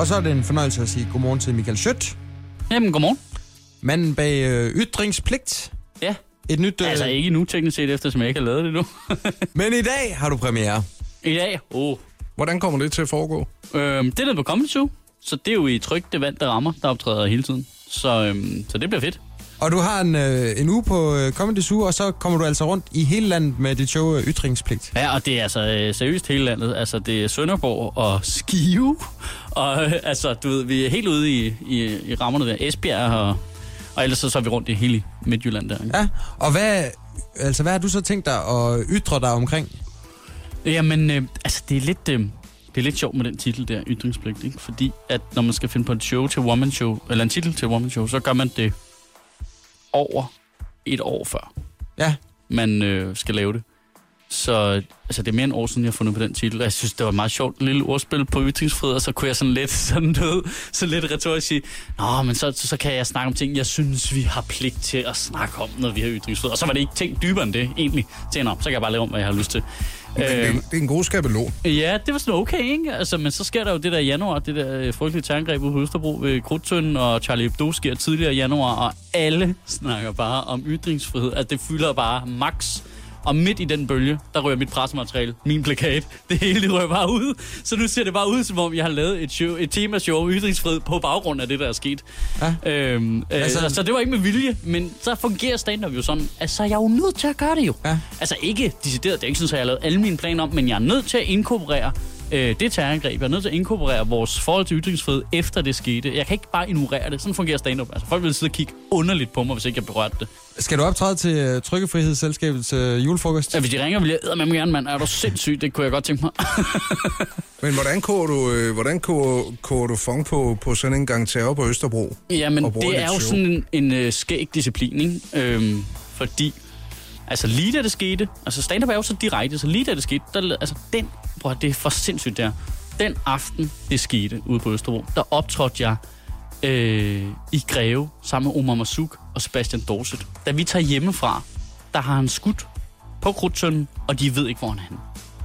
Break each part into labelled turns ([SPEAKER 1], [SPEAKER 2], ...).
[SPEAKER 1] Og så er det en fornøjelse at sige godmorgen til Michael Schødt.
[SPEAKER 2] Jamen, godmorgen.
[SPEAKER 1] Manden bag Ytringspligt.
[SPEAKER 2] Ja.
[SPEAKER 1] Et nyt...
[SPEAKER 2] Altså ikke nu teknisk set, eftersom jeg ikke har lavet det nu.
[SPEAKER 1] Men i dag har du premiere.
[SPEAKER 2] I dag?
[SPEAKER 3] Hvordan kommer det til at foregå?
[SPEAKER 2] Det er nede på Comedy Zoo, så det er jo i tryk, det vand, der rammer, der optræder hele tiden. Så det bliver fedt.
[SPEAKER 1] Og du har en uge på Comedy Zoo, og så kommer du altså rundt i hele landet med dit show Ytringspligt.
[SPEAKER 2] Ja, og det er altså seriøst hele landet. Altså, det er Sønderborg og Skive. Og altså, du ved, vi er helt ude i rammerne der. Esbjerg og ellers så er vi rundt i hele Midtjylland der.
[SPEAKER 1] Ja, og hvad har du så tænkt dig at ytre dig omkring?
[SPEAKER 2] Jamen, altså, det er lidt sjovt med den titel der, Ytringspligt, ikke? Fordi at når man skal finde på et show til Woman Show, eller en titel til Woman Show, så gør man det over et år før.
[SPEAKER 1] Ja.
[SPEAKER 2] Man skal lave det. Så altså, det er mere end år siden, jeg har fundet på den titel. Jeg synes, det var et meget sjovt lille ordspil på ytringsfrihed, og så kunne jeg sådan lidt retorisk sige, nå, men så kan jeg snakke om ting, jeg synes, vi har pligt til at snakke om, når vi har ytringsfrihed. Og så var det ikke tænkt dybere end det, egentlig. Så kan jeg bare lave om, hvad jeg har lyst til.
[SPEAKER 3] Det er en god skabelon.
[SPEAKER 2] Ja, det var sådan okay, ikke? Altså, men så sker der jo det der i januar, det der frygtelige terrorangreb ude på Østerbro ved Krudttønden, og Charlie Hebdo sker tidligere i januar, og alle snakker bare om ytringsfrihed. Altså, det fylder bare max. Og midt i den bølge, der rører mit pressemateriale, min plakat, det hele rører bare ud. Så nu ser det bare ud, som om jeg har lavet et temashow om ytringsfrihed på baggrund af det, der er sket. Ja. Så det var ikke med vilje, men så fungerer stand-up jo sådan, altså så er jeg jo nødt til at gøre det jo. Ja. Altså ikke decideret, det er ikke sådan, at jeg har lavet alle mine planer om, men jeg er nødt til at inkorporere det terrorangreb. Jeg er nødt til at inkorporere vores forhold til ytringsfrihed efter det skete. Jeg kan ikke bare ignorere det. Sådan fungerer stand-up. Altså folk vil sidde og kigge underligt på mig, hvis ikke jeg berørte det.
[SPEAKER 1] Skal du optræde til Trykkefrihedsselskabets julefrokost?
[SPEAKER 2] Ja, hvis de ringer, vil jeg eddermame gerne, mand. Er du sindssygt? Det kunne jeg godt tænke mig.
[SPEAKER 3] Men hvordan koger du fang på sådan en gang terror på Østerbro?
[SPEAKER 2] Jamen, det er jo sådan en skæg disciplin, ikke? Fordi, altså lige da det skete, altså stand-up er jo så direkte, så lige da det skete, det er for sindssygt der. Den aften, det skete ude på Østerbro, der optrådte jeg i Greve sammen med Omar Masuk og Sebastian Dorset. Da vi tager hjemmefra, der har han skudt på Krudttønden, og de ved ikke, hvor han er henne.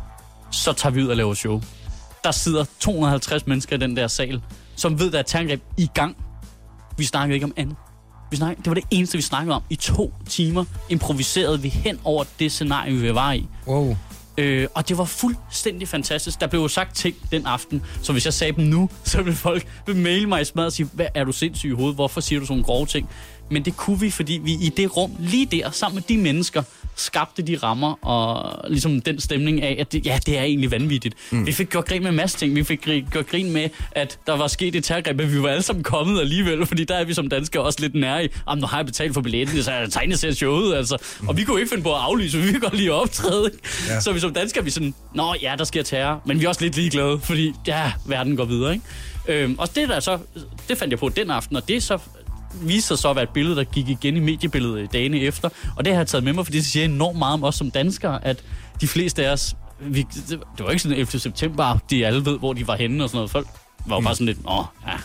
[SPEAKER 2] Så tager vi ud og laver show. Der sidder 250 mennesker i den der sal, som ved, der er terrorangreb i gang. Vi snakkede ikke om andet. Det var det eneste, vi snakkede om. I 2 timer improviserede vi hen over det scenarie, vi var i.
[SPEAKER 1] Wow.
[SPEAKER 2] Og det var fuldstændig fantastisk. Der blev jo sagt ting den aften, så hvis jeg sagde dem nu, så ville folk maile mig i smad og sige, hvad er du sindssyg i hovedet? Hvorfor siger du sådan grove ting? Men det kunne vi, fordi vi i det rum, lige der, sammen med de mennesker, skabte de rammer og ligesom den stemning af, at det er egentlig vanvittigt. Vi fik gjort grin med en masse ting. Vi fik gjort grin med, at der var sket et terrorangreb, men vi var alle sammen kommet alligevel, fordi der er vi som danskere også lidt nære i, nu har jeg betalt for billetten, så jeg tegnet til showet, altså. Og vi kunne ikke finde på at aflyse, vi kunne godt lige optræde. Ja. Så vi som danskere, vi sådan, der sker terror, men vi er også lidt ligeglade, fordi verden går videre, ikke? Og det fandt jeg på den aften, og det så viste sig så at være et billede, der gik igen i mediebilledet dagene efter. Og det har jeg taget med mig, fordi det siger enormt meget om os som danskere, at de fleste af os, det var ikke sådan 11. september, de alle ved, hvor de var henne og sådan noget. Folk var jo bare sådan lidt, okay.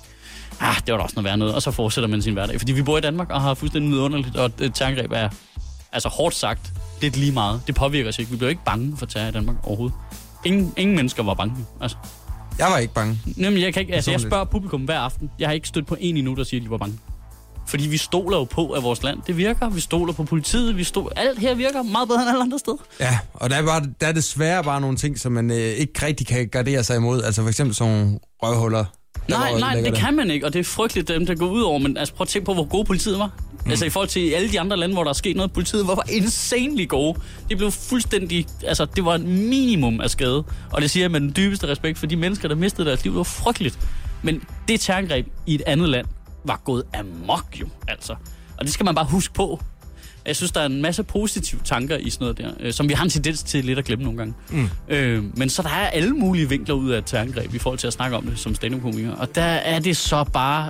[SPEAKER 2] Det var da også noget værd noget. Og så fortsætter man sin hverdag. Fordi vi bor i Danmark og har fuldstændig vidunderligt, og et terrorangreb er, altså hårdt sagt, lidt lige meget. Det påvirker os ikke. Vi bliver ikke bange for terror i Danmark overhovedet. Ingen mennesker var bange. Altså.
[SPEAKER 1] Jeg var ikke bange.
[SPEAKER 2] Jamen, jeg spørger publikum hver aften. Jeg har ikke stødt på en endnu, der siger, at de var bange. Fordi vi stoler jo på, at vores land, det virker. Vi stoler på politiet. Alt her virker meget bedre end alle andre steder.
[SPEAKER 1] Ja, og der er desværre bare nogle ting, som man ikke rigtig kan gardere sig imod. Altså for eksempel sådan nogle røvhuller.
[SPEAKER 2] Nej, det kan man ikke, og det er frygteligt, dem der går ud over. Men altså, prøv at tænke på, hvor gode politiet var. Altså i forhold til alle de andre lande, hvor der er sket noget, politiet var insanely gode. Det blev fuldstændig, altså det var et minimum af skade. Og det siger jeg med den dybeste respekt for de mennesker, der mistede deres liv. Det var frygteligt. Men det terrorangreb i et andet land var gået amok jo, altså. Og det skal man bare huske på. Jeg synes, der er en masse positive tanker i sådan noget der, som vi har en tendens til lidt at glemme nogle gange. Men så der er alle mulige vinkler ud af et terrorangreb i forhold til at snakke om det som stand-up-komiker. Og der er det så bare,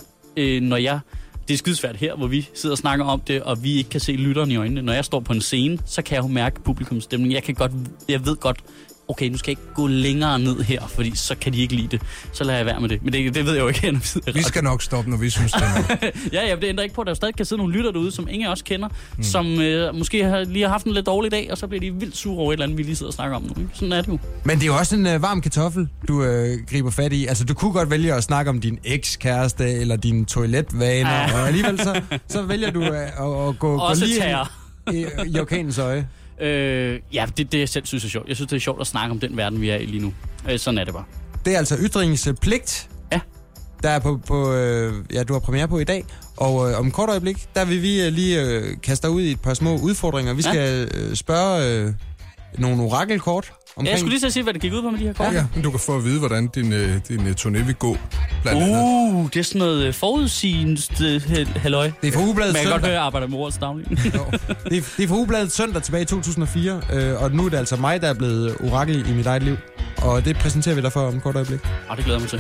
[SPEAKER 2] det er skidesvært her, hvor vi sidder og snakker om det, og vi ikke kan se lytterne i øjnene. Når jeg står på en scene, så kan jeg jo mærke publikumsstemning. Jeg ved godt, okay, nu skal jeg ikke gå længere ned her, fordi så kan de ikke lide det. Så lader jeg være med det. Men det ved jeg jo ikke.
[SPEAKER 3] Vi skal nok stoppe, når vi synes, det er noget.
[SPEAKER 2] Ja, det ændrer ikke på, at der stadig kan sidde nogle lytter derude, som ingen af os kender, som måske lige har haft en lidt dårlig dag, og så bliver de vildt sure over et eller andet, vi lige sidder og snakker om nu. Ikke? Sådan er det jo.
[SPEAKER 1] Men det er jo også en varm kartoffel, du griber fat i. Altså, du kunne godt vælge at snakke om din ekskæreste, eller dine toiletvaner, og alligevel så vælger du at gå lige i orkanens øje.
[SPEAKER 2] Ja, det jeg selv synes er sjovt. Jeg synes, det er sjovt at snakke om den verden, vi er i lige nu. Sådan er det bare.
[SPEAKER 1] Det er altså ytringspligt, der er du har premiere på i dag. Og om et kort øjeblik, der vil vi lige kaste ud i et par små udfordringer. Vi skal spørge nogle orakelkort.
[SPEAKER 2] Ja, jeg skulle lige så sige, hvad det gik ud på med de her kort.
[SPEAKER 3] Ja, men du kan få at vide, hvordan din turné vil gå, blandt andet.
[SPEAKER 2] Det er sådan noget forudsigende halløj.
[SPEAKER 1] Det er fra Ugebladet
[SPEAKER 2] Søndag. Men jeg kan godt høre, at jeg arbejder med ordets daglig.
[SPEAKER 1] Det er fra Ugebladet Søndag tilbage i 2004, og nu er det altså mig, der er blevet orakel i mit eget liv. Og det præsenterer vi dig for om et kort øjeblik.
[SPEAKER 2] Det glæder mig til.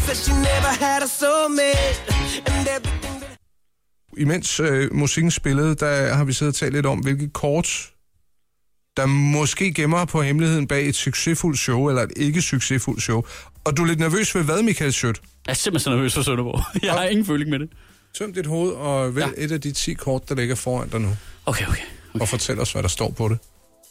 [SPEAKER 3] Imens musikken spillede, der har vi siddet og talt lidt om, hvilke kort der måske gemmer på hemmeligheden bag et succesfuldt show, eller et ikke succesfuldt show. Og du er lidt nervøs ved hvad, Michael Schødt?
[SPEAKER 2] Jeg er simpelthen så nervøs for Sønderborg. Jeg har ingen føling med det.
[SPEAKER 3] Tøm dit hoved og vælg et af de 10 kort, der ligger foran dig nu.
[SPEAKER 2] Okay.
[SPEAKER 3] Og fortæl os, hvad der står på det.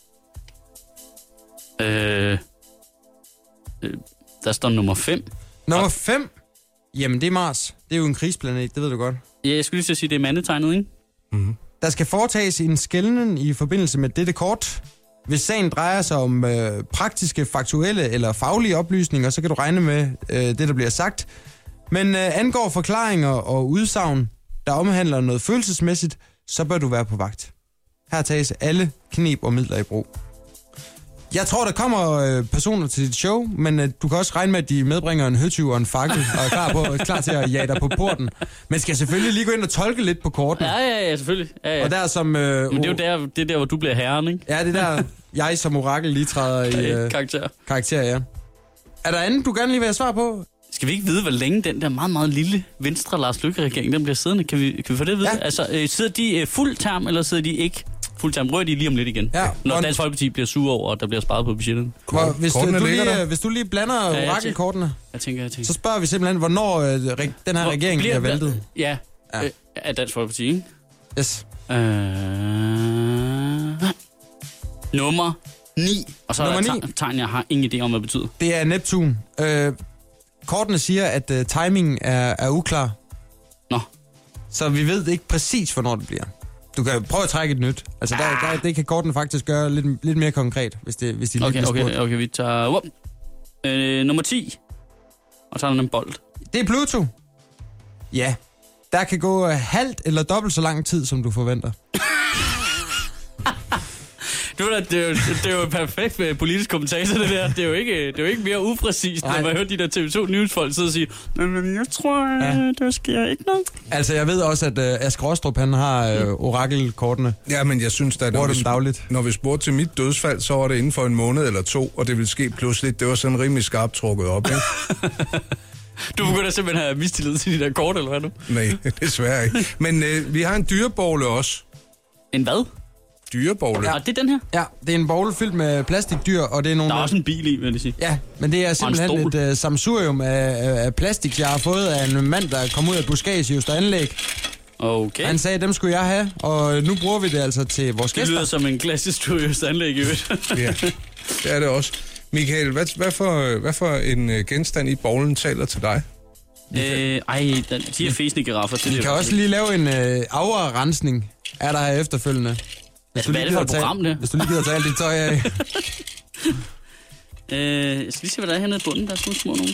[SPEAKER 2] Der står nummer 5.
[SPEAKER 1] Nummer 5? Jamen, det er Mars. Det er jo en krigsplanet, det ved du godt.
[SPEAKER 2] Ja, jeg skulle lige sige, det er mandetegnet, ikke?
[SPEAKER 3] Mm-hmm.
[SPEAKER 1] Der skal foretages en skelnen i forbindelse med dette kort. Hvis sagen drejer sig om praktiske, faktuelle eller faglige oplysninger, så kan du regne med det, der bliver sagt. Men angår forklaringer og udsagn, der omhandler noget følelsesmæssigt, så bør du være på vagt. Her tages alle kneb og midler i brug. Jeg tror, der kommer personer til dit show, men du kan også regne med, at de medbringer en høtyv og en fakkel og er klar til at jage dig på porten. Men skal selvfølgelig lige gå ind og tolke lidt på kortene.
[SPEAKER 2] Ja, selvfølgelig. Ja.
[SPEAKER 1] Og der som...
[SPEAKER 2] Men det er jo der, hvor du bliver herren, ikke?
[SPEAKER 1] Ja, det der, jeg som orakel lige træder i... karakter, ja. Er der andet, du gerne lige vil have svar på?
[SPEAKER 2] Skal vi ikke vide, hvor længe den der meget, meget lille venstre Lars Løkke-regering, den bliver siddende? Kan vi få det at vide? Ja. Altså, sidder de fuld term, eller sidder de ikke fuld term? Rører de lige om lidt igen? Ja, når Dansk Folkeparti bliver sure over, at der bliver sparet på budgettet.
[SPEAKER 1] Hvis du lige blander orakelkortene,
[SPEAKER 2] jeg tænker.
[SPEAKER 1] Så spørger vi simpelthen, hvornår den her regering bliver væltet.
[SPEAKER 2] Ja. Af Dansk Folkeparti, ikke?
[SPEAKER 1] Yes.
[SPEAKER 2] Nummer 9. Og så er der tegn, jeg har ingen idé om, hvad det betyder.
[SPEAKER 1] Det er Neptun. Kortene siger, at timingen er uklar.
[SPEAKER 2] Nå.
[SPEAKER 1] Så vi ved ikke præcis, hvornår det bliver. Du kan prøve at trække et nyt. Altså, det kan kortene faktisk gøre lidt mere konkret, hvis de lige bliver spurgt.
[SPEAKER 2] Okay, vi tager... nummer 10. Og tager en bold.
[SPEAKER 1] Det er Pluto. Ja. Der kan gå halvt eller dobbelt så lang tid, som du forventer.
[SPEAKER 2] Det er jo et perfekt politisk kommentator, det der. Det er jo ikke mere upræcist, når man hører de der TV2 News-folk sidde og sige, men jeg tror, der sker ikke noget.
[SPEAKER 1] Altså, jeg ved også, at Asger Rostrup, han har orakelkortene.
[SPEAKER 3] Ja, men jeg synes, at når vi spurgte til mit dødsfald, så var det inden for en måned eller 2, og det ville ske pludselig. Det var sådan rimelig skarpt trukket op, ikke?
[SPEAKER 2] Du begynder simpelthen at have mistillid til de der kort, eller hvad nu?
[SPEAKER 3] Nej, desværre ikke. Men vi har en dyrebogle også.
[SPEAKER 2] En hvad?
[SPEAKER 3] Dyrebogle.
[SPEAKER 2] Ja, det er den her?
[SPEAKER 1] Ja, det er en bogle fyldt med plastikdyr, og det er nogle...
[SPEAKER 2] Der er også en bil i, vil jeg sige.
[SPEAKER 1] Ja, men det er simpelthen et sammensurium af plastik, jeg har fået af en mand, der kom ud af Buskasius Anlæg.
[SPEAKER 2] Okay.
[SPEAKER 1] Han sagde, dem skulle jeg have, og nu bruger vi det altså til vores gæster.
[SPEAKER 2] Det lyder som en klassisk Anlæg i øvrigt.
[SPEAKER 3] Ja, det er det også. Michael, hvad for en genstand i bowlen taler til dig?
[SPEAKER 2] De er fæsende giraffer.
[SPEAKER 1] Vi kan også lige lave en aura-rensning, er der her efterfølgende.
[SPEAKER 2] Hvad er det for et program, det?
[SPEAKER 1] Hvis du lige gider tage alt dit tøj af.
[SPEAKER 2] Jeg skal lige se, hvad der er hernede i bunden. Der er sådan små nogen.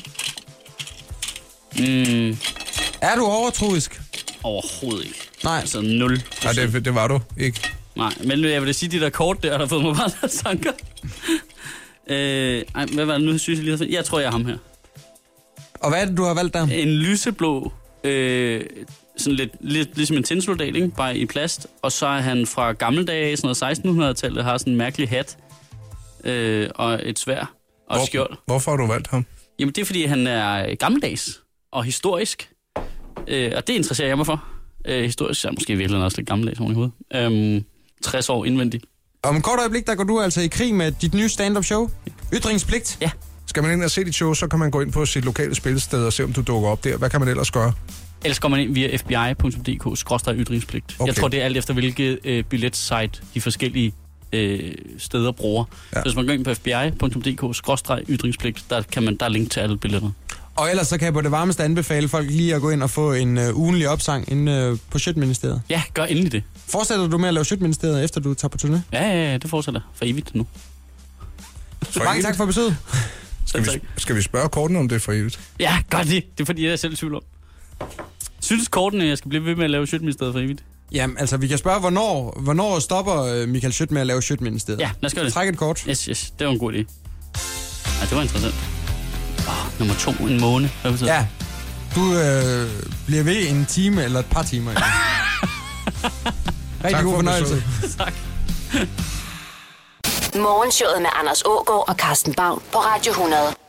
[SPEAKER 1] Er du overtroisk?
[SPEAKER 2] Overhovedet ikke.
[SPEAKER 1] Nej.
[SPEAKER 2] Altså 0%.
[SPEAKER 3] Nej, det var du ikke.
[SPEAKER 2] Nej, men jeg vil sige, de der kort der har fået mig bare der tanker. Hvad var det nu, synes jeg lige? Jeg tror, jeg er ham her.
[SPEAKER 1] Og hvad er det, du har valgt der?
[SPEAKER 2] En lyseblå, sådan lidt ligesom en tændsoldat, ikke? Bare i plast. Og så er han fra gamle dage, sådan noget 1600-tallet, har sådan en mærkelig hat og et sværd og et skjold.
[SPEAKER 3] Hvorfor har du valgt ham?
[SPEAKER 2] Jamen, det er, fordi han er gammeldags og historisk. Og det interesserer jeg mig for. Historisk er måske i virkeligheden også lidt gammeldags oven i hovedet. 60 år indvendigt.
[SPEAKER 1] Om et kort øjeblik, der går du altså i krig med dit nye stand-up show. Ytringspligt.
[SPEAKER 2] Ja.
[SPEAKER 3] Skal man ind og se dit show, så kan man gå ind på sit lokale spilsted og se, om du dukker op der. Hvad kan man ellers gøre?
[SPEAKER 2] Ellers går man ind via fbi.dk/ytringspligt.
[SPEAKER 3] Okay.
[SPEAKER 2] Jeg tror, det er alt efter, hvilket billetsite de forskellige steder bruger.
[SPEAKER 3] Ja.
[SPEAKER 2] Så hvis man går ind på fbi.dk/ytringspligt, der er link til alle billetter.
[SPEAKER 1] Og ellers så kan jeg på det varmeste anbefale folk lige at gå ind og få en ugenlig opsang inde på Sjøtministeriet.
[SPEAKER 2] Ja, gør endelig det.
[SPEAKER 1] Fortsætter du med at lave Sjøtministeriet, efter du tager på turné?
[SPEAKER 2] Ja, det fortsætter for evigt nu.
[SPEAKER 1] Mange tak for besøget.
[SPEAKER 3] Skal vi spørge kortene, om det er for evigt?
[SPEAKER 2] Ja, godt det. Det er fordi, jeg er selv i tvivl om. Synes kortene, jeg skal blive ved med at lave Sjøtministeriet for evigt?
[SPEAKER 1] Jamen, altså, vi kan spørge, hvornår stopper Michael Schødt med at lave Sjøtministeriet?
[SPEAKER 2] Ja, lad os gøre det.
[SPEAKER 1] Træk et kort.
[SPEAKER 2] Yes, det var en god idé. Ja, det var interessant. Nummer 2, en måned. Hvad betyder
[SPEAKER 1] Ja, du bliver ved en time eller et par timer. Rigtig god fornøjelse.
[SPEAKER 2] Tak.
[SPEAKER 4] Morgenshowet med Anders Aagaard og Carsten Baum på Radio 100.